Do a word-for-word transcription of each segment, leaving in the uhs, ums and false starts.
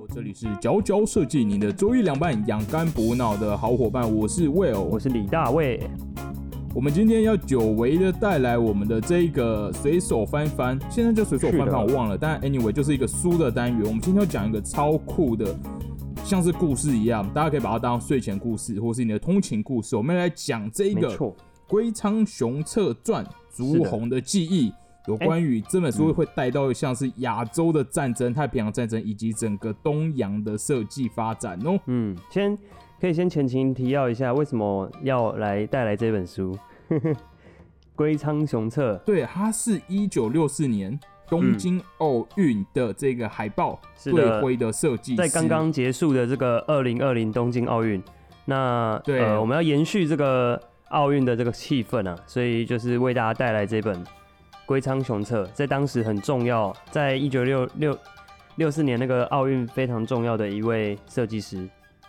这里是佼佼设计，你的周一凉拌养肝补脑的好伙伴，我是 Will， 我是李大卫。 我们今天要久违的带来我们的这个随手翻翻，现在就随手翻翻我忘了，但 anyway 就是一个书的单元。我们今天要讲一个超酷的，像是故事一样，大家可以把它当睡前故事，或是你的通勤故事。我们来讲这个《龟仓雄策传》竹红的记忆。有关于这本书会带到像是亚洲的战争、太平洋战争以及整个东洋的设计发展哦。 嗯，先可以先前情提要一下，为什么要来带来这本书？龟仓雄策， 对，它是一九六四年东京奥运的这个海报队徽的设计师， 在刚刚结束的这个二零二零东京奥运，那对、呃，我们要延续这个奥运的这个气氛啊，所以就是为大家带来这本。龟仓雄策在当时很重要，在一九六四年那个奥运非常重要的一位设计师。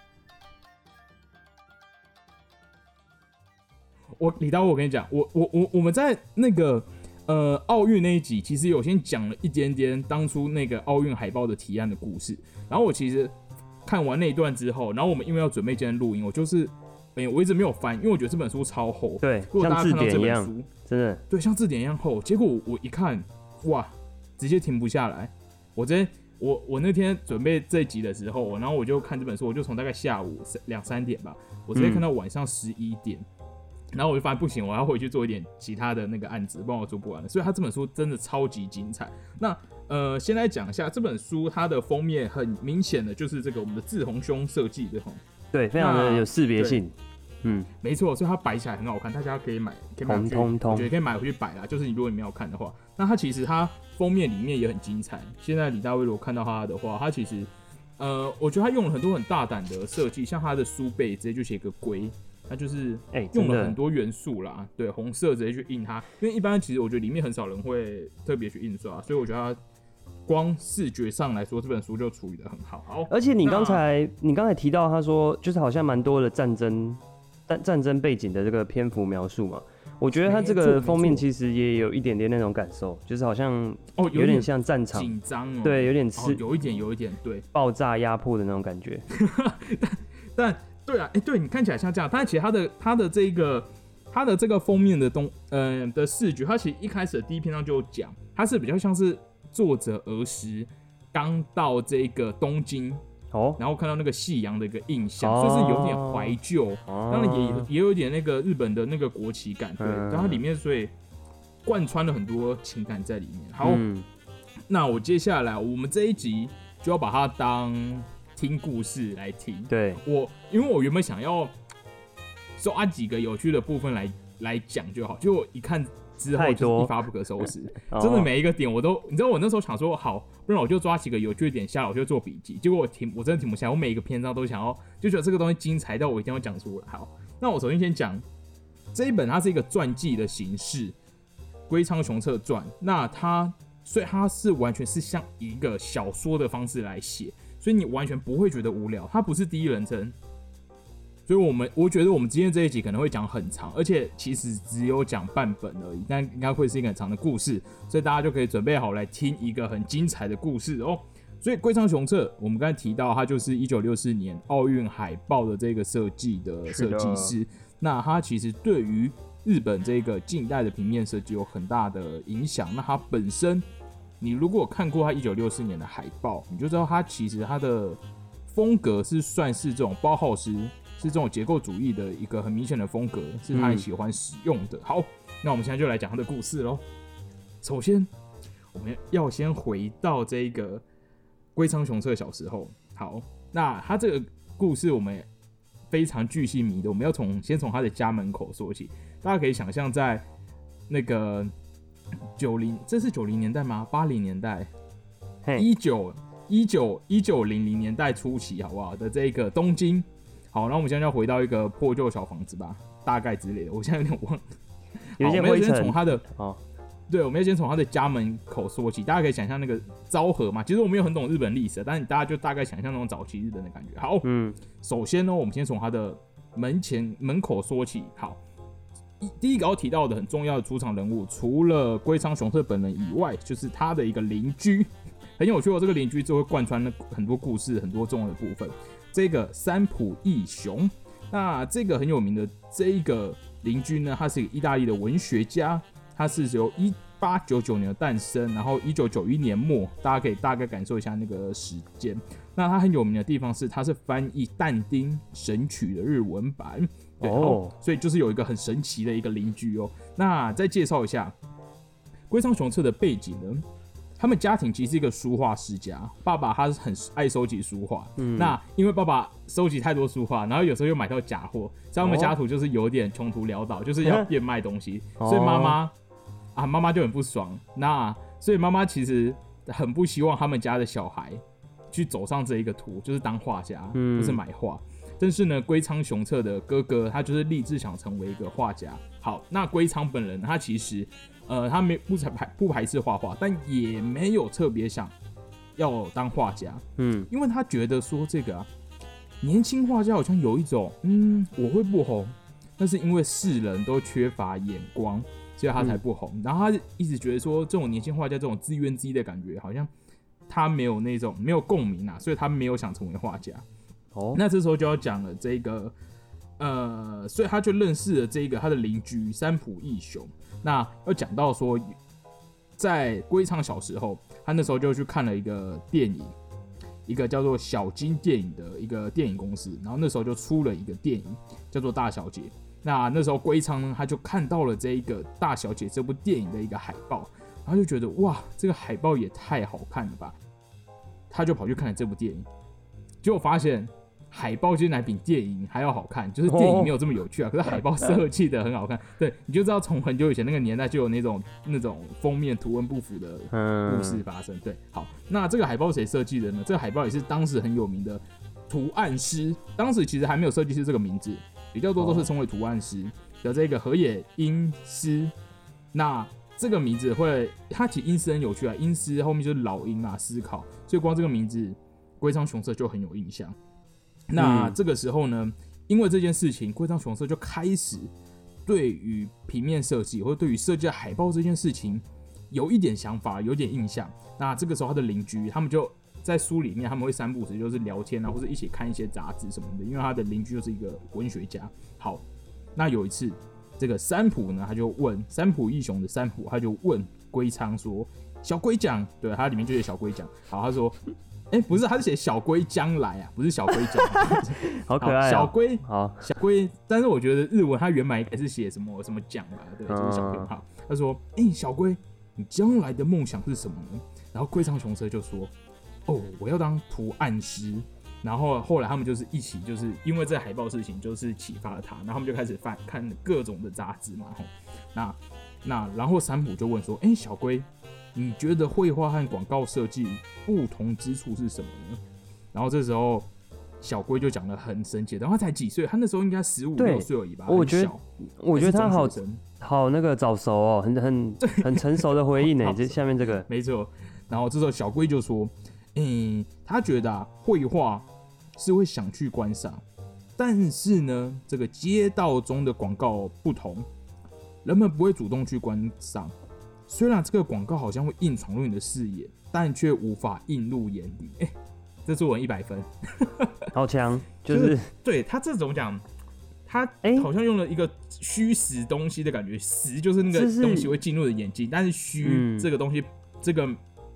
我李大卫，我跟你讲，我我我我们在那个呃奥运那一集，其实有先讲了一点点当初那个奥运海报的提案的故事。然后我其实看完那一段之后，然后我们因为要准备今天录音，我就是。欸、我一直没有翻，因为我觉得这本书超厚， 对， 如果大家看到这本书， 真的， 对，像字典一样厚。结果 我, 我一看，哇，直接停不下来。我直接，我我那天准备这一集的时候，然后我就看这本书，我就从大概下午两三点吧，我直接看到晚上十一点、嗯，然后我就发现不行，我要回去做一点其他的那个案子，不然我做不完了。所以他这本书真的超级精彩。那呃，先来讲一下这本书，它的封面很明显的就是这个我们的志宏兄设计的， 对，非常的有识别性。嗯， 没错，所以它摆起来很好看，大家可以买，可以买回去， 通通我觉得可以买回去摆啦。就是你如果你没有看的话，那它其实它封面里面也很精彩。现在李大卫如果看到它的话，它其实，呃，我觉得它用了很多很大胆的设计，像它的书背直接就写个龟，它就是用了很多元素啦，欸、对，红色直接去印它，因为一般其实我觉得里面很少人会特别去印刷，所以我觉得它。光视觉上来说，这本书就处理得很好。好， 而且你刚才你刚才提到，他说就是好像蛮多的战争战战争背景的这个篇幅描述嘛，我觉得他这个封面其实也有一点点那种感受，就是好像哦有点像战场紧张哦， 对，有点是、 哦、有一点有一点对爆炸压迫的那种感觉。 但, 但对啊，哎、欸，对你看起来像这样，但其实他的他的这个他的这个封面的东呃的视觉，他其实一开始的第一篇章就有讲，他是比较像是。作者儿时刚到这个东京，哦，然后看到那个夕阳的一个印象，哦、所以是有点怀旧，哦、当然也也有点那个日本的那个国旗感，对，嗯、但它里面所以贯穿了很多情感在里面。好，嗯、那我接下来我们这一集就要把它当听故事来听。 对， 我因为我原本想要抓几个有趣的部分来来讲就好，结果我一看。之后就是一发不可收拾，真的每一个点我都，你知道我那时候想说好，不然我就抓几个有趣的点下来，我就做笔记。结果我停，我真的停不下来，我每一个篇章都想要，就觉得这个东西精彩到我一定要讲出来。好，那我首先先讲这一本，它是一个传记的形式，《龟仓雄策传》。那它，所以它是完全是像一个小说的方式来写，所以你完全不会觉得无聊。它不是第一人称。所以我们我觉得我们今天这一集可能会讲很长，而且其实只有讲半本而已，但应该会是一个很长的故事，所以大家就可以准备好来听一个很精彩的故事哦。所以龟仓雄策，我们刚才提到，他就是一九六四年奥运海报的这个设计的设计师，那他其实对于日本这个近代的平面设计有很大的影响。那他本身，你如果看过他一九六四年的海报，你就知道他其实他的风格是算是这种包浩斯。是这种结构主义的一个很明显的风格，是他很喜欢使用的。嗯、好，那我们现在就来讲他的故事咯。首先，我们要先回到这个龟仓雄策小时候。好，那他这个故事我们非常巨细靡的，我们要从先从他的家门口说起。大家可以想象，在那个九零，这是九零年代吗？八零年代，一九一九一九零零年代初期，好不好？的这个东京。好，那我们现在要回到一个破旧小房子吧，大概之类的，我现在有点忘了。 有点灰尘。我们要先从他的，哦、对，我们要先从他的家门口说起。大家可以想象那个昭和嘛，其实我没有很懂日本历史，但是大家就大概想象那种早期日本的感觉。好，嗯，首先呢，我们先从他的门前门口说起。好，第一个要提到的很重要的出场人物，除了龟仓雄策本人以外，就是他的一个邻居， 很有趣哦。这个邻居就会贯穿了很多故事，很多重要的部分。这个三浦义雄，那这个很有名的这一个邻居呢，他是一个意大利的文学家，他是由一八九九年的诞生，然后一九九一年末，大家可以大概感受一下那个时间。那他很有名的地方是，他是翻译但丁神曲的日文版，对，哦，所以就是有一个很神奇的一个邻居哦。那再介绍一下龟仓雄策的背景呢？他们家庭其实是一个书画世家，爸爸他是很爱收集书画，嗯，那因为爸爸收集太多书画，然后有时候又买到假货，所以他们家徒就是有点穷途潦倒，就是要变卖东西，哦，所以妈妈啊，妈妈就很不爽，那所以妈妈其实很不希望他们家的小孩去走上这一个途，就是当画家，嗯，不是买画。但是呢，龟仓雄策的哥哥他就是立志想成为一个画家。好，那龟仓本人他其实呃他没不排不排斥画画，但也没有特别想要当画家，嗯，因为他觉得说这个啊，年轻画家好像有一种嗯我会不红，但是因为世人都缺乏眼光，所以他才不红。嗯，然后他一直觉得说这种年轻画家这种自怨自艾的感觉，好像他没有那种没有共鸣啊，所以他没有想成为画家。哦，那这时候就要讲了这个，呃，所以他就认识了这个他的邻居三浦义雄。那要讲到说，在龟仓小时候，他那时候就去看了一个电影，一个叫做小金电影的一个电影公司，然后那时候就出了一个电影叫做《大小姐》。那那时候龟仓呢，他就看到了这一个《大小姐》这部电影的一个海报，然后就觉得哇，这个海报也太好看了吧，他就跑去看了这部电影，结果发现海报竟然比电影还要好看，就是电影没有这么有趣啊，可是海报设计的很好看。对，你就知道从很久以前那个年代就有那种那种封面图文不符的故事发生。对，好，那这个海报谁设计的呢？这个海报也是当时很有名的图案师，当时其实还没有设计师这个名字，比较多都是称为图案师的这个河野英司。那这个名字会，它其实英司很有趣啊，英司后面就是老鹰啊，思考，所以光这个名字龟仓雄策就很有印象。那这个时候呢，因为这件事情，龟仓雄策就开始对于平面设计或者对于设计海报这件事情有一点想法，有点印象。那这个时候他的邻居他们就在书里面，他们会三不五时就是聊天啊，或者一起看一些杂志什么的，因为他的邻居就是一个文学家。好，那有一次这个三浦呢，他就问三浦义雄的三浦，他就问龟仓说：“小龟讲，对，他里面就写小龟讲。好，他说。”哎、欸，不是，他是写小龟将来啊，不是小龟讲， 好可爱、喔。 小龟， 好， 小龟，但是我觉得日文它原版应该是写什么什么讲吧，对，就是小龟。好，他说：“哎、欸，小龟，你将来的梦想是什么呢？”然后龟仓雄策就说：“哦，我要当图案师。”然后后来他们就是一起，就是因为这海报事情，就是启发了他，然后他们就开始翻看各种的杂志嘛。那那然后三浦就问说：“哎、欸，小龟。”你觉得绘画和广告设计不同之处是什么呢？然后这时候小龟就讲了很神奇的，然后他才几岁，他那时候应该十五六岁而已吧。 我觉得，我觉得他好好那个早熟哦，很很很成熟的回应呢。这下面这个没错。然后这时候小龟就说：“嗯、欸，他觉得啊，绘画是会想去观赏，但是呢，这个街道中的广告不同，人们不会主动去观赏。”虽然这个广告好像会硬闯入你的视野，但却无法映入眼底。哎、欸，这作文一百分， 好强！就是、就是、 对他这种讲，他好像用了一个虚实东西的感觉，实就是那个东西会进入你的眼睛，但是虚这个东西、嗯、这个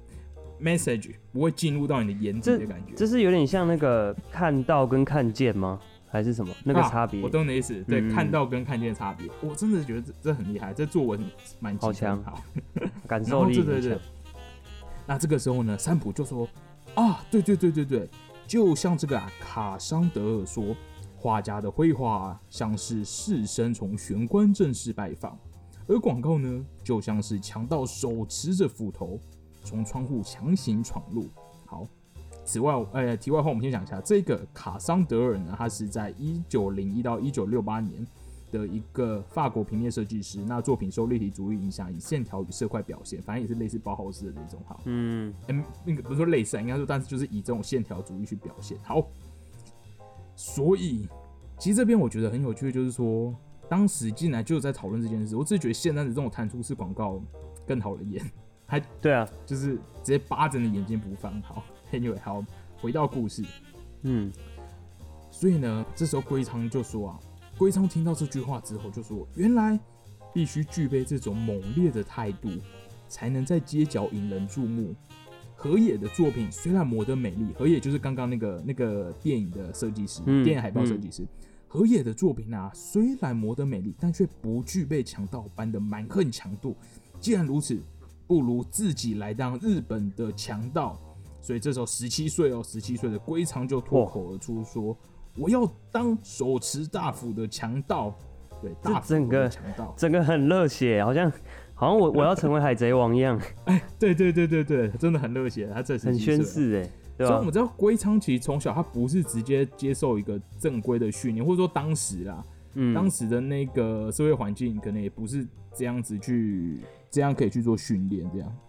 message 不会进入到你的眼底的感觉。 这是有点像那个看到跟看见吗？还是什么那个差别、 啊？我懂你的意思，对、嗯，看到跟看见的差别，我真的觉得 这, 这很厉害，这作文蛮好强， 好， 感受力很强。 对对对。那这个时候呢，三浦就说：“啊，对对对对对，就像这个、啊、卡桑德尔说，画家的绘画、啊、像是士绅从玄关正式拜访，而广告呢，就像是强盗手持着斧头从窗户强行闯入。”好。此外，呃，题外话，我们先讲一下这个卡桑德尔呢，他是在一九零一到一九六八年的一个法国平面设计师。那作品受立体主义影响，以线条与色块表现，反正也是类似包豪斯的那种。好，嗯，欸、那个不是说类似，应该说，但是就是以这种线条主义去表现。好，所以其实这边我觉得很有趣的就是说，当时进来就在讨论这件事，我只是觉得现在的这种弹出式广告更讨人厌。 他对啊， 就是直接扒着你的眼睛不放。好 ，Anyway， 好，回到故事， 嗯， 所以呢，这时候龟仓就说啊，龟仓听到这句话之后就说，原来必须具备这种猛烈的态度，才能在街角引人注目。河野的作品虽然磨得美丽，河野就是刚刚那个那个电影的设计师，嗯、电影海报设计师。嗯、河野的作品啊，虽然磨得美丽，但却不具备强盗般的蛮横强度。既然如此，不如自己来当日本的强盗。所以这时候十七岁哦，十七岁的龟仓就脱口而出说：“哦、我要当手持大斧的强盗。”对，大斧的强盗， 整个很热血，好像。好像我我要成为海贼王一样， 哎，对对对对对，真的很热血，他这很宣誓哎，对吧？ 所以我们知道龟仓其实从小他不是直接接受一个正规的训练，或者说当时啦，嗯，当时的那个社会环境可能也不是这样子去，这样可以去做训练这样。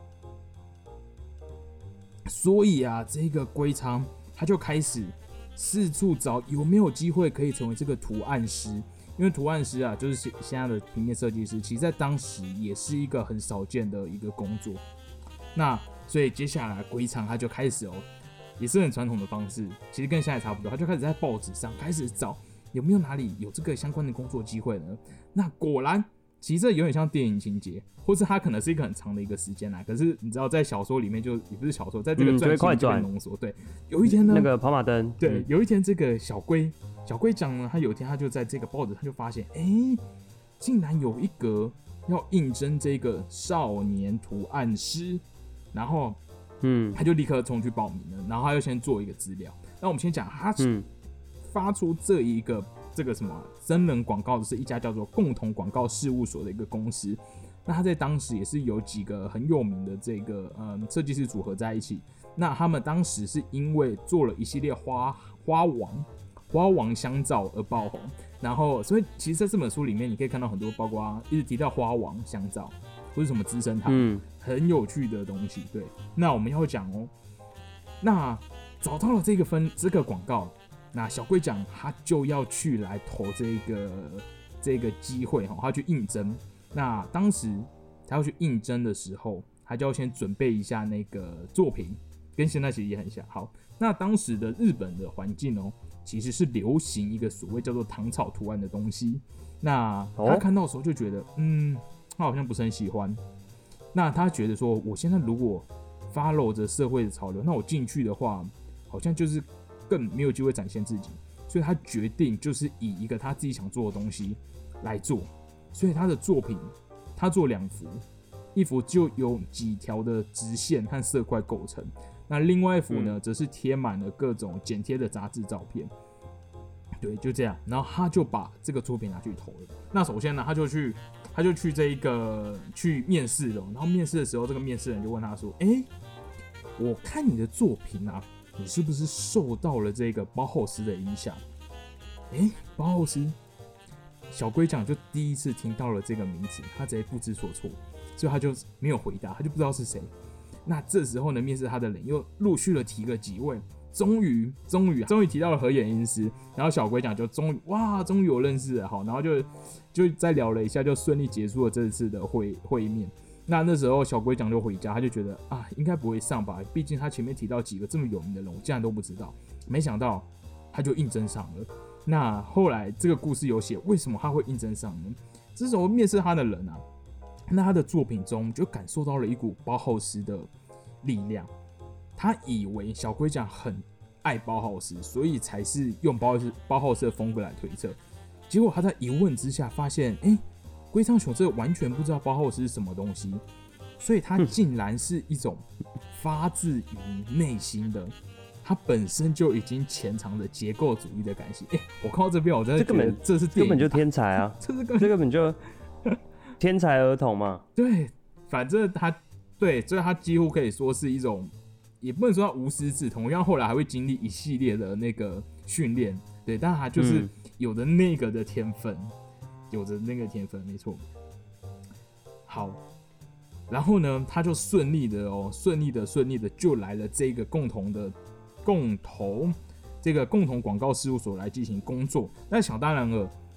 所以啊，这个龟仓他就开始四处找有没有机会可以成为这个图案师。因为图案师啊，就是现在的平面设计师，其实在当时也是一个很少见的一个工作。那所以接下来龟仓他就开始哦，也是很传统的方式，其实跟现在差不多，他就开始在报纸上开始找有没有哪里有这个相关的工作机会呢？那果然，其实这有点像电影情节，或是它可能是一个很长的一个时间啦。可是你知道，在小说里面就也不是小说，在这个传记里面浓缩。对，有一天呢， 那个跑马灯， 对，有一天这个小龟。小龟讲呢，他有一天他就在这个报纸，他就发现，哎、欸，竟然有一个要应征这个少年图案师，然后，嗯，他就立刻冲去报名了，然后他就先做一个资料。那我们先讲，他发出这一个这个什么真人广告的是一家叫做共同广告事务所的一个公司。那他在当时也是有几个很有名的这个嗯设计师组合在一起。那他们当时是因为做了一系列花花王。花王香皂而爆红，然后所以其实在这本书里面，你可以看到很多，包括一直提到花王香皂或是什么资生堂，嗯，很有趣的东西。对，那我们要讲哦，那找到了这个分这个广告，那小龟讲他就要去来投这个这个机会哈，他去应征。那当时他要去应征的时候，他就要先准备一下那个作品，跟现在其实也很像。好，那当时的日本的环境哦。其实是流行一个所谓叫做糖草图案的东西，那他看到的时候就觉得，嗯，他好像不是很喜欢。那他觉得说，我现在如果 follow 着社会的潮流，那我进去的话，好像就是更没有机会展现自己。所以他决定就是以一个他自己想做的东西来做。所以他的作品，他做两幅，一幅就有几条的直线和色块构成。那另外一幅呢，则是贴满了各种剪贴的杂志照片。对，就这样。然后他就把这个作品拿去投了。那首先呢，他就去，他就去这一个去面试了。然后面试的时候，这个面试人就问他说：“哎、欸，我看你的作品啊，你是不是受到了这个包浩斯的影响？”哎、欸，包浩斯，小龟讲就第一次听到了这个名字，他直接不知所措，所以他就没有回答，他就不知道是谁。那这时候呢，面试他的人又陆续的提了几位，终于，终于，终于提到了河野英司，然后小龟讲就终于，哇，终于有认识了，好，然后就就再聊了一下，就顺利结束了这次的会会面。那那时候小龟讲就回家，他就觉得啊，应该不会上吧，毕竟他前面提到几个这么有名的人，我竟然都不知道，没想到他就应征上了。那后来这个故事有写，为什么他会应征上呢？这时候面试他的人啊。那他的作品中就感受到了一股包浩斯的力量，他以为小龟讲很爱包浩斯，所以才是用包浩斯包浩斯的风格来推测。结果他在一问之下发现，哎、欸，龟仓雄这完全不知道包浩斯是什么东西，所以他竟然是一种发自于内心的，他本身就已经潜藏着结构主义的感情。哎、欸，我看到这边，我真的觉得这是根本就天才啊，这是根本就。天才儿童嘛， 对，反正他对，所以他几乎可以说是一种，也不能说他无师自通，因为后来还会经历一系列的那个训练，对，但他就是有的那个的天分，嗯、有着那个天分，没错。好，然后呢，他就顺利的哦，顺利的顺利的就来了这个共同的共同这个共同广告事务所来进行工作。那想当然了。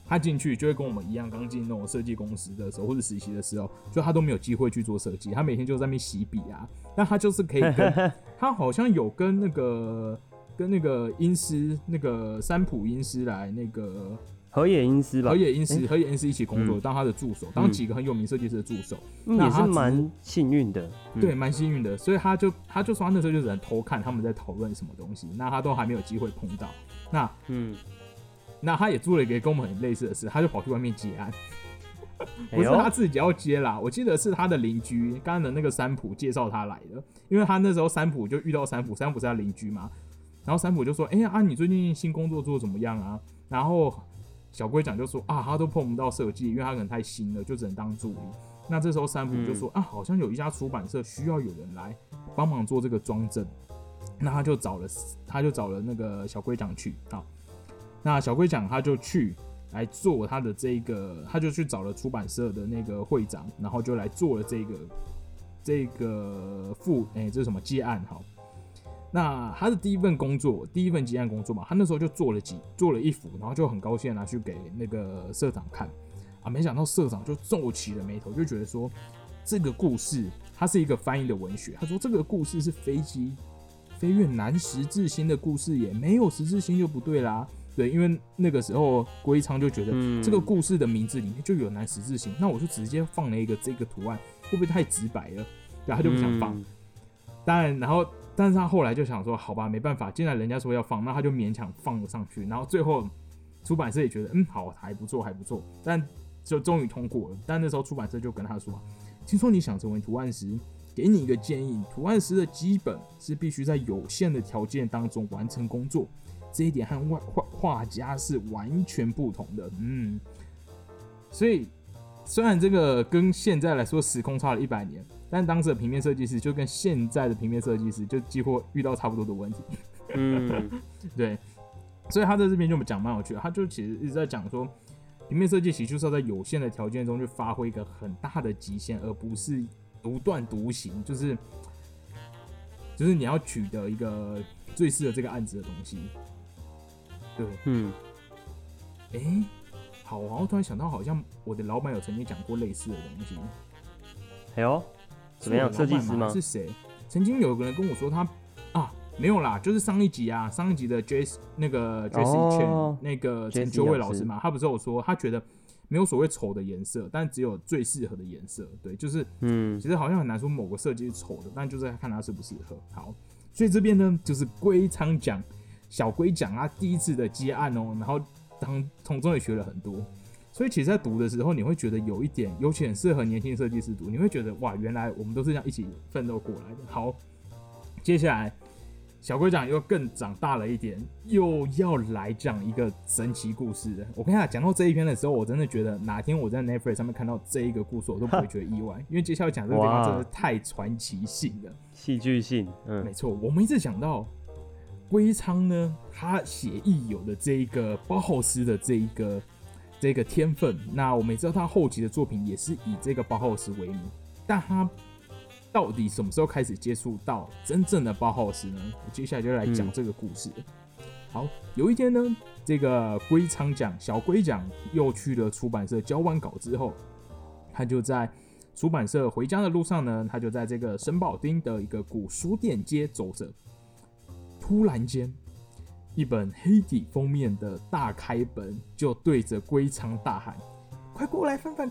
他进去就会跟我们一样，刚进那种设计公司的时候或者实习的时候，就他都没有机会去做设计，他每天就在那边洗笔啊。但他就是可以跟，他好像有跟那个跟那个音师，那个三浦音师来那个河野音师吧， 河野音师，河野音师一起工作，嗯、当他的助手，当几个很有名设计师的助手， 嗯、也是蛮幸运的， 嗯、对，蛮幸运的。所以他就他就说他那时候就只能偷看他们在讨论什么东西，那他都还没有机会碰到。那嗯。那他也做了一个跟我们很类似的事，他就跑去外面接案，不是他自己要接啦，我记得是他的邻居，刚刚的那个三浦介绍他来的，因为他那时候三浦就遇到三浦，三浦是他邻居嘛，然后三浦就说：“哎、欸、呀啊，你最近新工作做得怎么样啊？”然后小龟讲就说：“啊，他都碰不到设计，因为他可能太新了，就只能当助理。”那这时候三浦就说：“嗯、啊，好像有一家出版社需要有人来帮忙做这个装帧。”那他就找了他就找了那个小龟讲去啊。那小龟讲他就去来做他的这个，他就去找了出版社的那个会长，然后就来做了这个这个副哎、欸、这是什么接案好。那他的第一份工作，第一份接案工作嘛，他那时候就做了几做了一幅，然后就很高兴拿去给那个社长看啊，没想到社长就皱起了眉头，就觉得说这个故事它是一个翻译的文学，他说这个故事是飞机飞越南十字星的故事耶，没有十字星就不对啦。对，因为那个时候龟仓就觉得、嗯、这个故事的名字里面就有南十字星，那我就直接放了一个这个图案，会不会太直白了？对，他就不想放。嗯、当然，然后但是他后来就想说，好吧，没办法，既然人家说要放，那他就勉强放了上去。然后最后出版社也觉得，嗯，好，还不错，还不错，但就终于通过了。但那时候出版社就跟他说，听说你想成为图案师，给你一个建议，图案师的基本是必须在有限的条件当中完成工作。这一点和画家是完全不同的，嗯，所以虽然这个跟现在来说时空差了一百年，但当时的平面设计师就跟现在的平面设计师就几乎遇到差不多的问题，嗯，对，所以他在这边就讲蛮有趣的，他就其实一直在讲说，平面设计其实就是要在有限的条件中去发挥一个很大的极限，而不是独断独行，就是就是你要取得一个最适合这个案子的东西。对，嗯，哎、欸，好，然后突然想到，好像我的老板有曾经讲过类似的东西。 哎呦，怎么样？设计师吗？ 是谁？曾经有个人跟我说他啊，没有啦，就是上一集啊，上一集的 J 那个 Jessie Chen、哦、那个陈秋伟老师嘛，他不是有说，他觉得没有所谓丑的颜色，但只有最适合的颜色。对，就是嗯，其实好像很难说某个设计是丑的，但就是看它适不适合。好，所以这边呢，就是龟仓讲。小龟讲他第一次的接案哦，然后当从中也学了很多，所以其实在读的时候，你会觉得有一点，尤其很适合年轻设计师读，你会觉得哇，原来我们都是这样一起奋斗过来的。好，接下来小龟讲又更长大了一点，又要来讲一个神奇故事了。我跟你讲，讲到这一篇的时候，我真的觉得哪天我在 Netflix 上面看到这一个故事，我都不会觉得意外，因为接下来讲这个地方真的太传奇性了， 戏剧性。嗯， 没错，我们一直讲到。龟仓呢，他写意有的这一个包浩斯的这一个这个天分，那我们也知道他后期的作品也是以这个包浩斯为名，但他到底什么时候开始接触到真正的包浩斯呢？我接下来就来讲这个故事。嗯、好，有一天呢，这个龟仓讲小龟讲又去了出版社交完稿之后，他就在出版社回家的路上呢，他就在这个神保町的一个古书店街走着。突然间，一本黑底封面的大开本就对着龟仓大喊：“快过来翻翻！”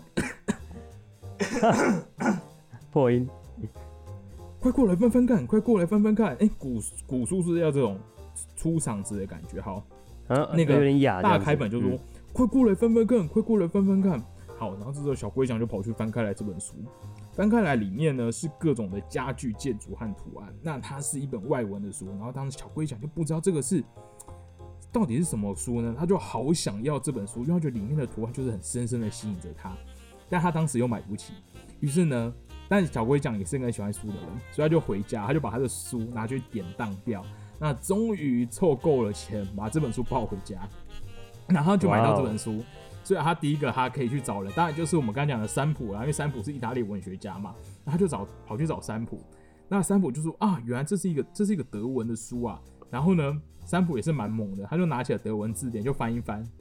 破音， 快过来翻翻看！快过来翻翻看！哎、欸，古古书是要这种出场子的感觉，好， 啊、 那个有点哑， 大开本就说：“嗯、快过来翻翻看！快过来翻翻看！”好，然后这时候小龟强就跑去翻开来这本书。翻开来，里面呢是各种的家具、建筑和图案。那它是一本外文的书，然后当时小龟讲就不知道这个是到底是什么书呢？他就好想要这本书，因为他觉得里面的图案就是很深深的吸引着他，但他当时又买不起。于是呢，但小龟讲也是个很喜欢书的人，所以他就回家，他就把他的书拿去典当掉。那终于凑够了钱，把这本书抱回家，然后就买到这本书。Wow.所以他第一个他可以去找人，当然就是我们刚刚讲的三浦啦，因为三浦是意大利文学家嘛，那他就找跑去找三浦，那三浦就说啊，原来这是一个这是一个德文的书啊，然后呢，三浦也是蛮猛的，他就拿起了德文字典就翻一翻，然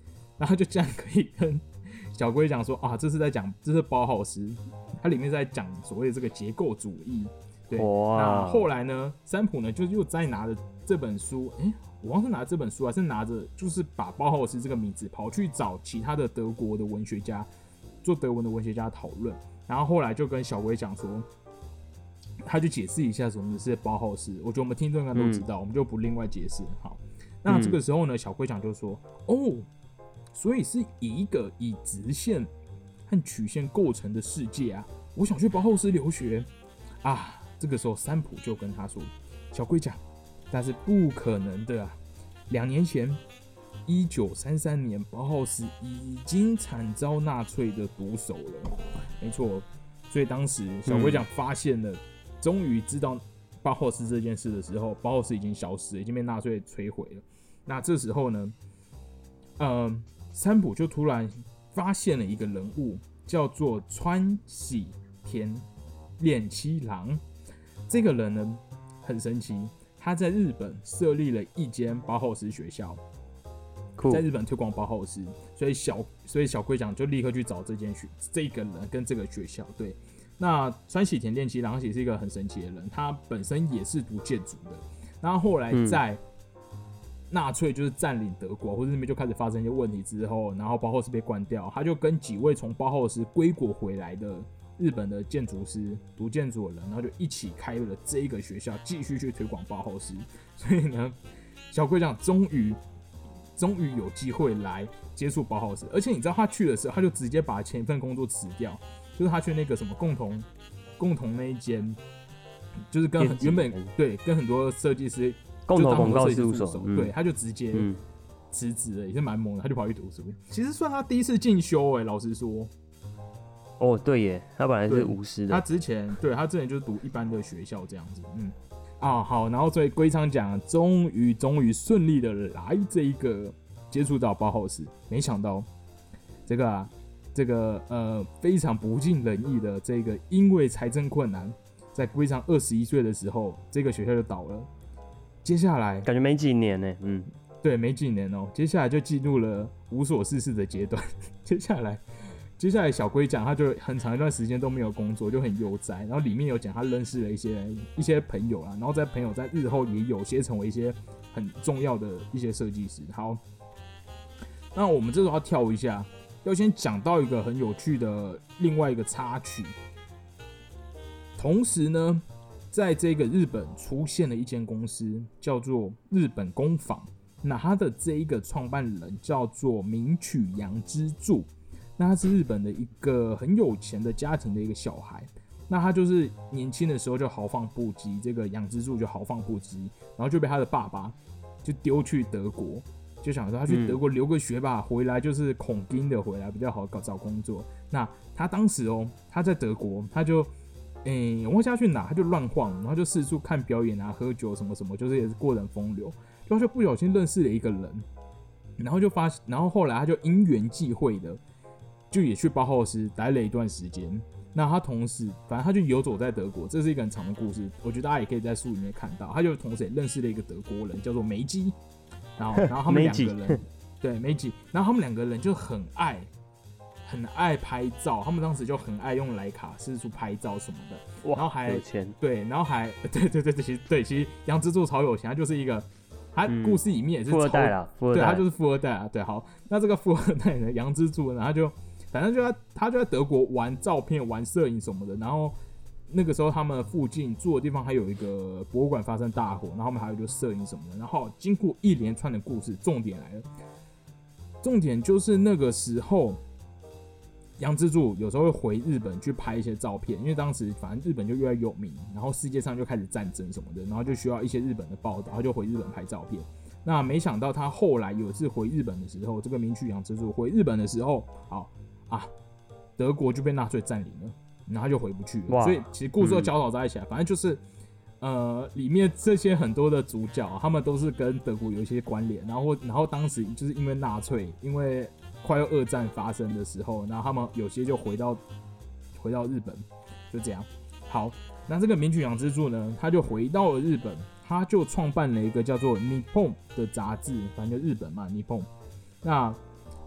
然后就这样可以跟小龟讲说啊，这是在讲，这是包浩斯，它里面在讲所谓的这个结构主义。对，那后来呢，三浦呢就又再拿着这本书，哎、欸，我忘是拿这本书还是拿着，就是把包浩斯这个名字跑去找其他的德国的文学家，做德文的文学家讨论，然后后来就跟小龟讲说，他就解释一下什么是包浩斯，我觉得我们听众应该都知道、嗯，我们就不另外解释。好，那这个时候呢，小龟讲就说，哦，所以是以一个以直线和曲线构成的世界啊，我想去包浩斯留学啊。这个时候，三浦就跟他说：“小龟讲，但是不可能的啊！两年前，一九三三年，包浩斯已经惨遭纳粹的毒手了。没错，所以当时小龟讲发现了，终于知道包浩斯这件事的时候，包浩斯已经消失了，已经被纳粹摧毁了。那这时候呢，呃，三浦就突然发现了一个人物，叫做川喜田练七郎。”这个人呢很神奇，他在日本设立了一间包浩斯学校，在日本推广包浩斯，所以小所以小龟讲就立刻去找这间学这个人跟这个学校。对，那川喜田练七郎也是一个很神奇的人，他本身也是读建筑的，然后后来在纳粹就是占领德国或者那边就开始发生一些问题之后，然后包浩斯被关掉，他就跟几位从包浩斯归国回来的日本的建筑师、读建筑的人，然后就一起开了这一个学校，继续去推广包浩斯。所以呢，小龟讲终于终于有机会来接触包浩斯，而且你知道他去的时候，他就直接把前一份工作辞掉，就是他去那个什么共同共同那一间，就是跟很原本对跟很多设计师共同广告事务所， 对，他就直接辞职了，也是蛮猛的，他就跑去读书。其实算他第一次进修，哎，老实说。 哦，对耶，他本来是无师的。 他之前对他之前就是读一般的学校这样子，嗯，啊好，然后所以龟仓讲终于终于顺利的来这一个接触到包浩斯，没想到这个啊这个呃非常不尽人意的这个，因为财政困难，在龟仓二十一岁的时候，这个学校就倒了。接下来感觉没几年呢，嗯， 对，没几年哦，接下来就进入了无所事事的阶段，接下来。接下来小龟讲，他就很长一段时间都没有工作，就很悠哉。然后里面有讲他认识了一些一些朋友啦，然后在朋友在日后也有些成为一些很重要的一些设计师。好，那我们这时候要跳一下，要先讲到一个很有趣的另外一个插曲。同时呢，在这个日本出现了一间公司，叫做日本工坊。那他的这一个创办人叫做名取洋之助。那他是日本的一个很有钱的家庭的一个小孩，那他就是年轻的时候就豪放不羁，这个养之助就豪放不羁，然后就被他的爸爸就丢去德国，就想说他去德国留个学吧，回来就是恐惊的回来比较好搞找工作。那他当时哦，他在德国，他就诶、欸，我忘记他去哪，他就乱晃，然后就四处看表演啊，喝酒什么什么，就是也是过人风流，然后就不小心认识了一个人，然后就发，然后后来他就因缘际会的。就也去包浩斯待了一段时间，那他同时，反正他就游走在德国，这是一个很长的故事，我觉得大家也可以在书里面看到。他就同时也认识了一个德国人，叫做梅基，然后，然后他们两个人，对梅基，然后他们两个人就很爱，很爱拍照，他们当时就很爱用徕卡四处拍照什么的，然后还有钱， 对，然后还，对对对对，其实对，其实杨之助超有钱，他就是一个。他故事里面也是、嗯、 富二代啦，富二代， 对，他就是富二代啊。对，好，那这个富二代呢，杨之助呢，他就反正就在他就在德国玩照片、玩摄影什么的。然后那个时候他们附近住的地方还有一个博物馆发生大火，然后他们还有就摄影什么的。然后经过一连串的故事，重点来了，重点就是那个时候。杨之助有时候会回日本去拍一些照片，因为当时反正日本就越来越有名，然后世界上就开始战争什么的，然后就需要一些日本的报道，他就回日本拍照片。那没想到他后来有一次回日本的时候，这个名取杨之助回日本的时候，好啊，德国就被纳粹占领了，然后他就回不去了。所以其实故事都交织在一起来，嗯、反正就是呃，里面这些很多的主角，他们都是跟德国有一些关联，然后然后当时就是因为纳粹，因为快要二战发生的时候，然后他们有些就回到回到日本，就这样。好，那这个名取洋之助呢，他就回到了日本，他就创办了一个叫做 Nippon 的杂志，反正就日本嘛 Nippon。那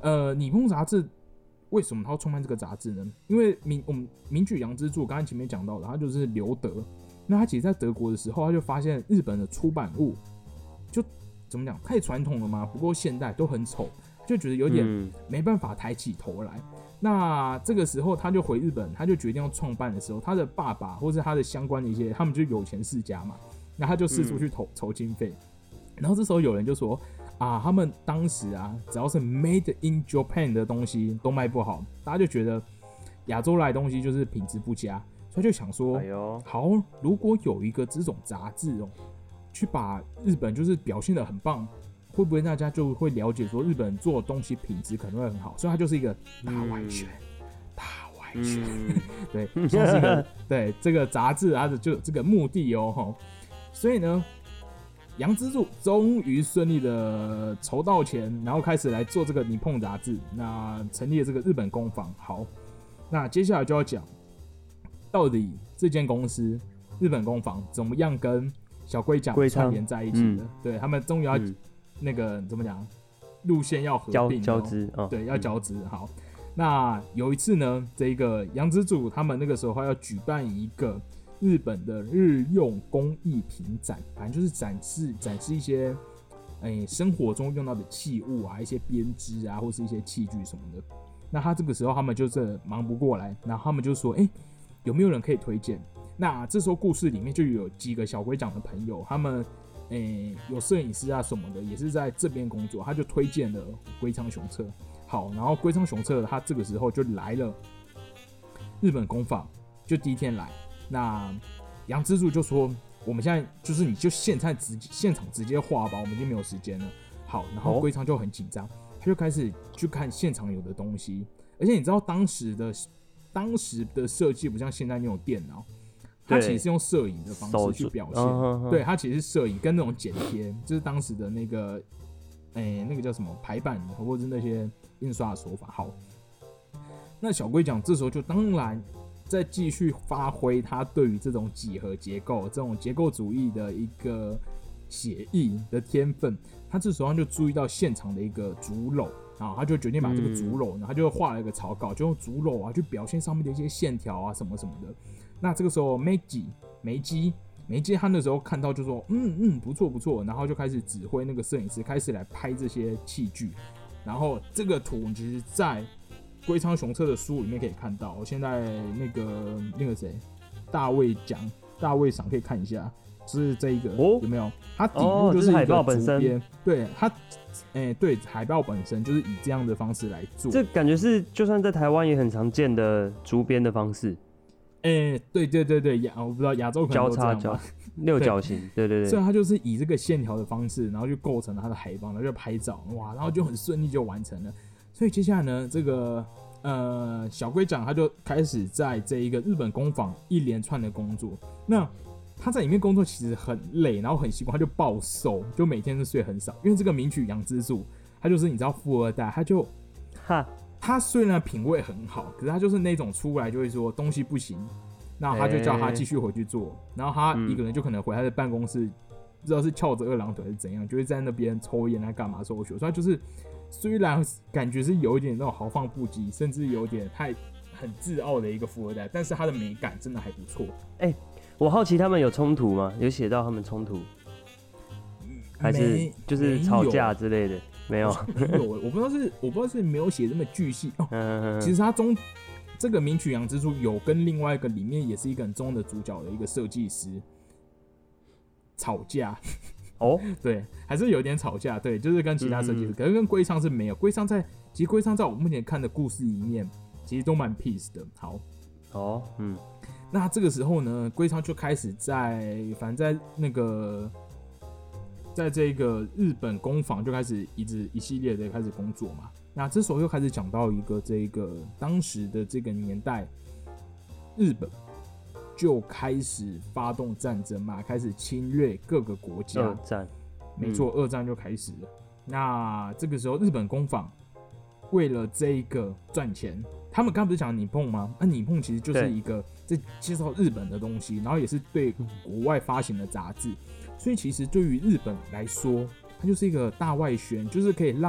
呃，你碰杂志为什么他要创办这个杂志呢？因为名我们名曲杨之助，刚才前面讲到的，他就是留德。那他其实在德国的时候，他就发现日本的出版物就怎么讲，太传统了嘛，不够现代，都很丑，就觉得有点没办法抬起头来。嗯、那这个时候他就回日本，他就决定要创办的时候，他的爸爸或是他的相关的一些，他们就有钱世家嘛，那他就四处去筹筹经费。然后这时候有人就说啊，他们当时啊，只要是 made in Japan 的东西都卖不好，大家就觉得亚洲来的东西就是品质不佳。他就想说，哎、好，如果有一个这种杂志哦，去把日本就是表现得很棒，会不会大家就会了解说日本做的东西品质可能会很好？所以它就是一个大外宣，嗯、大外宣，嗯、对，像是一个对这个杂志它的就有这个目的哦，所以呢，杨之助终于顺利的筹到钱，然后开始来做这个尼碰杂志，那成立了这个日本工坊。好，那接下来就要讲。到底这间公司日本工坊怎么样跟小龟奖串联在一起的？嗯、对他们终于要、嗯、那个怎么讲，路线要合并交织、哦， 对，要交织。好，那有一次呢，这个杨之助他们那个时候要举办一个日本的日用工艺品展，反正就是展示展示一些哎生活中用到的器物啊，一些编织啊，或是一些器具什么的。那他这个时候他们就是忙不过来，然后他们就说，哎。有没有人可以推荐？那这时候故事里面就有几个小龟奖的朋友，他们诶、欸、有摄影师啊什么的，也是在这边工作，他就推荐了龟仓雄策。好，然后龟仓雄策他这个时候就来了日本工坊，就第一天来。那杨之助就说：“我们现在就是你就现在直现场直接画吧，我们已经没有时间了。”好，然后龟仓就很紧张，他就开始去看现场有的东西，而且你知道当时的。当时的设计不像现在那种电脑，它其实是用摄影的方式去表现。Uh-huh. 对，它其实是摄影跟那种剪贴，就是当时的那个，哎、欸，那个叫什么排版或者是那些印刷的手法。好，那小龟奖这时候就当然在继续发挥他对于这种几何结构、这种结构主义的一个写意的天分。他这时候就注意到现场的一个竹篓。然后他就决定把这个竹篓，然后他就画了一个草稿，就用竹篓啊去表现上面的一些线条啊什么什么的。那这个时候梅基梅基梅基他那时候看到就说，嗯嗯不错不错，然后就开始指挥那个摄影师开始来拍这些器具。然后这个图其实在龟仓雄策的书里面可以看到，现在那个那个谁大卫奖大卫赏可以看一下。是这一个、哦、有没有？它底部就是一个竹编、哦、是海报本身，对它，哎、欸，对，海报本身就是以这样的方式来做。 这感觉是就算在台湾也很常见的竹编的方式。 哎、欸，对对对对，亚我不知道亚洲可能都这样吧， 六角形，对对对。 所以它就是以这个线条的方式，然后就构成了它的海报，然后就拍照，哇，然后就很顺利就完成了。所以接下来呢，这个呃小龟奖他就开始在这一个日本工坊一连串的工作。那他在里面工作其实很累，然后很习惯，他就暴瘦，就每天都睡很少。因为这个名曲杨之助，他就是你知道富二代，他就哈，他虽然品味很好，可是他就是那种出来就会说东西不行，那他就叫他继续回去做，欸、然后他一个人就可能回他的办公室，嗯、不知道是翘着二郎腿还是怎样，就会在那边抽烟啊干嘛抽球，所以他就是虽然感觉是有一点那种豪放不羁，甚至有点太很自傲的一个富二代，但是他的美感真的还不错， 哎、欸。我好奇他们有冲突吗？有写到他们冲突，还是就是吵架之类的？没有， 没有，我不知道是我不知道是没有写这么巨细哦。嗯、其实他中这个名曲杨之助有跟另外一个里面也是一个很重要的主角的一个设计师吵架哦， 对，还是有点吵架，对，就是跟其他设计师，嗯、可是跟龟仓是没有。龟仓在其实龟仓在我目前看的故事里面，其实都蛮 peace 的。好， 哦，嗯。 那这个时候呢，龟仓就开始在，反正在那个，在这个日本工坊就开始一直一系列的开始工作嘛。那这时候又开始讲到一个这个当时的这个年代，日本就开始发动战争嘛，开始侵略各个国家。 二战， 没错，嗯、二战就开始了。那这个时候日本工坊为了这一个赚钱。他们刚刚不是讲尼碰吗？那尼碰其实就是一个在介绍日本的东西，然后也是对国外发行的杂志，所以其实对于日本来说，它就是一个大外宣，就是可以让